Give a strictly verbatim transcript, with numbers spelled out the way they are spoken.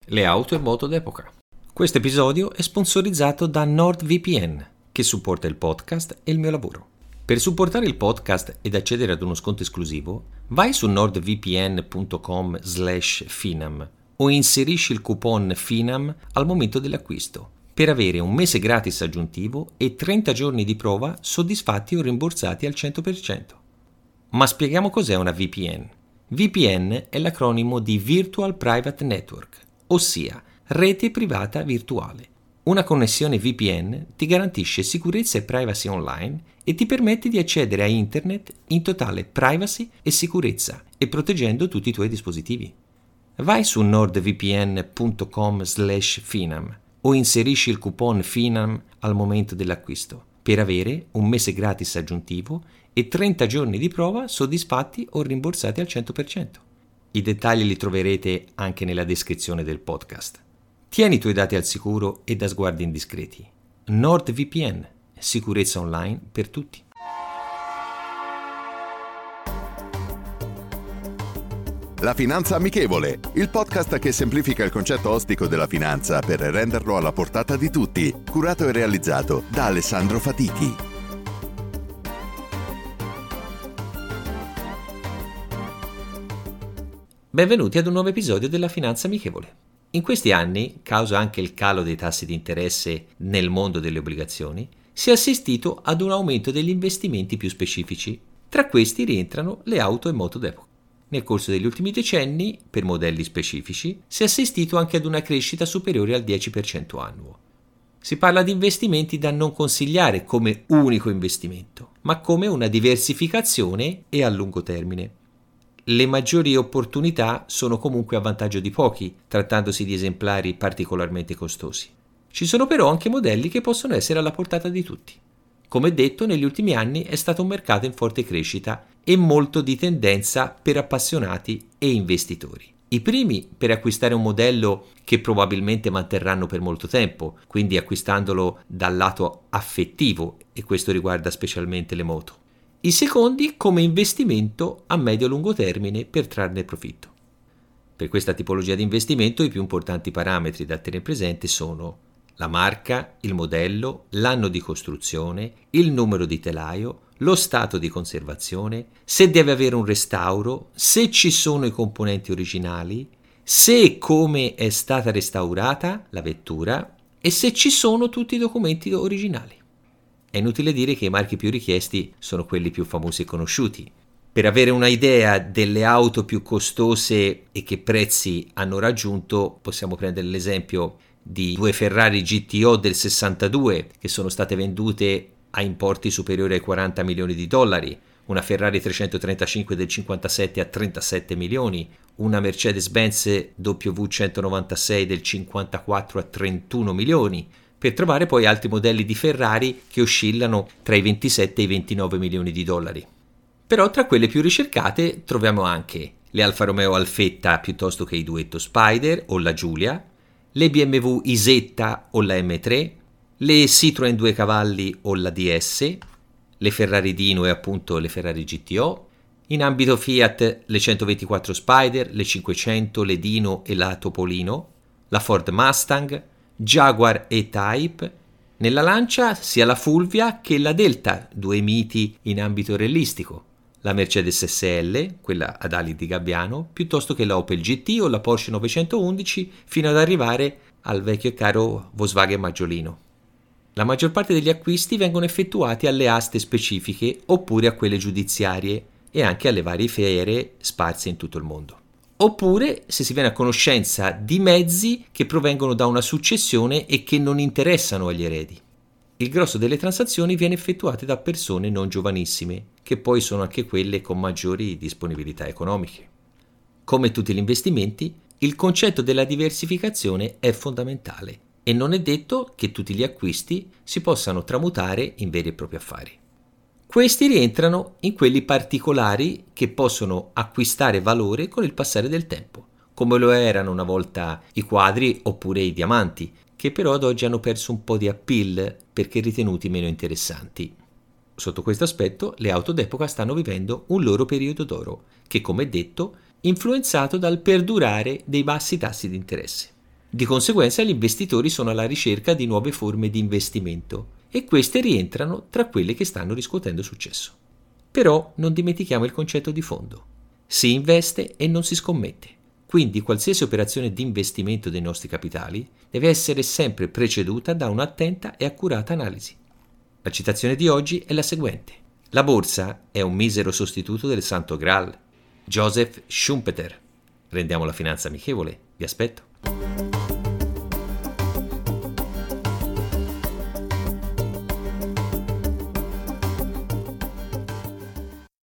le auto e moto d'epoca. Questo episodio è sponsorizzato da NordVPN, che supporta il podcast e il mio lavoro. Per supportare il podcast ed accedere ad uno sconto esclusivo, vai su nordvpn.com slash finam o inserisci il coupon FINAM al momento dell'acquisto per avere un mese gratis aggiuntivo e trenta giorni di prova soddisfatti o rimborsati al cento per cento. Ma spieghiamo cos'è una V P N. V P N è l'acronimo di Virtual Private Network, ossia rete privata virtuale. Una connessione V P N ti garantisce sicurezza e privacy online e ti permette di accedere a internet in totale privacy e sicurezza e proteggendo tutti i tuoi dispositivi. Vai su nordvpn.com slash finam o inserisci il coupon FINAM al momento dell'acquisto per avere un mese gratis aggiuntivo e trenta giorni di prova soddisfatti o rimborsati al cento per cento. I dettagli li troverete anche nella descrizione del podcast. Tieni i tuoi dati al sicuro e da sguardi indiscreti. NordVPN, sicurezza online per tutti. La Finanza Amichevole, il podcast che semplifica il concetto ostico della finanza per renderlo alla portata di tutti, curato e realizzato da Alessandro Fatichi. Benvenuti ad un nuovo episodio della Finanza Amichevole. In questi anni, causa anche il calo dei tassi di interesse nel mondo delle obbligazioni, si è assistito ad un aumento degli investimenti più specifici. Tra questi rientrano le auto e moto d'epoca. Nel corso degli ultimi decenni, per modelli specifici, si è assistito anche ad una crescita superiore al dieci per cento annuo. Si parla di investimenti da non consigliare come unico investimento, ma come una diversificazione e a lungo termine. Le maggiori opportunità sono comunque a vantaggio di pochi, trattandosi di esemplari particolarmente costosi. Ci sono però anche modelli che possono essere alla portata di tutti. Come detto, negli ultimi anni è stato un mercato in forte crescita e molto di tendenza per appassionati e investitori. I primi per acquistare un modello che probabilmente manterranno per molto tempo, quindi acquistandolo dal lato affettivo, e questo riguarda specialmente le moto. I secondi come investimento a medio-lungo termine per trarne profitto. Per questa tipologia di investimento i più importanti parametri da tenere presente sono la marca, il modello, l'anno di costruzione, il numero di telaio, lo stato di conservazione, se deve avere un restauro, se ci sono i componenti originali, se e come è stata restaurata la vettura e se ci sono tutti i documenti originali. È inutile dire che i marchi più richiesti sono quelli più famosi e conosciuti. Per avere una idea delle auto più costose e che prezzi hanno raggiunto, possiamo prendere l'esempio di due Ferrari G T O del sessantadue che sono state vendute a importi superiori ai quaranta milioni di dollari, una Ferrari trecentotrentacinque del cinquantasette a trentasette milioni, una Mercedes-Benz W centonovantasei del cinquantaquattro a trentuno milioni, per trovare poi altri modelli di Ferrari che oscillano tra i ventisette e i ventinove milioni di dollari. Però tra quelle più ricercate troviamo anche le Alfa Romeo Alfetta piuttosto che i Duetto Spider o la Giulia, le B M W Isetta o la M tre, le Citroën due cavalli o la D S, le Ferrari Dino e appunto le Ferrari G T O, in ambito Fiat le centoventiquattro Spider, le cinquecento, le Dino e la Topolino, la Ford Mustang, Jaguar E-Type, nella Lancia sia la Fulvia che la Delta, due miti in ambito realistico, la Mercedes S L, quella ad ali di gabbiano, piuttosto che la Opel G T o la Porsche novecentoundici, fino ad arrivare al vecchio e caro Volkswagen Maggiolino. La maggior parte degli acquisti vengono effettuati alle aste specifiche oppure a quelle giudiziarie e anche alle varie fiere sparse in tutto il mondo. Oppure se si viene a conoscenza di mezzi che provengono da una successione e che non interessano agli eredi. Il grosso delle transazioni viene effettuato da persone non giovanissime, che poi sono anche quelle con maggiori disponibilità economiche. Come tutti gli investimenti, il concetto della diversificazione è fondamentale e non è detto che tutti gli acquisti si possano tramutare in veri e propri affari. Questi rientrano in quelli particolari che possono acquistare valore con il passare del tempo, come lo erano una volta i quadri oppure i diamanti, che però ad oggi hanno perso un po' di appeal perché ritenuti meno interessanti. Sotto questo aspetto, le auto d'epoca stanno vivendo un loro periodo d'oro, che come detto, influenzato dal perdurare dei bassi tassi di interesse. Di conseguenza gli investitori sono alla ricerca di nuove forme di investimento e queste rientrano tra quelle che stanno riscuotendo successo. Però non dimentichiamo il concetto di fondo. Si investe e non si scommette. Quindi qualsiasi operazione di investimento dei nostri capitali deve essere sempre preceduta da un'attenta e accurata analisi. La citazione di oggi è la seguente. La borsa è un misero sostituto del Santo Graal. Joseph Schumpeter. Rendiamo la finanza amichevole. Vi aspetto.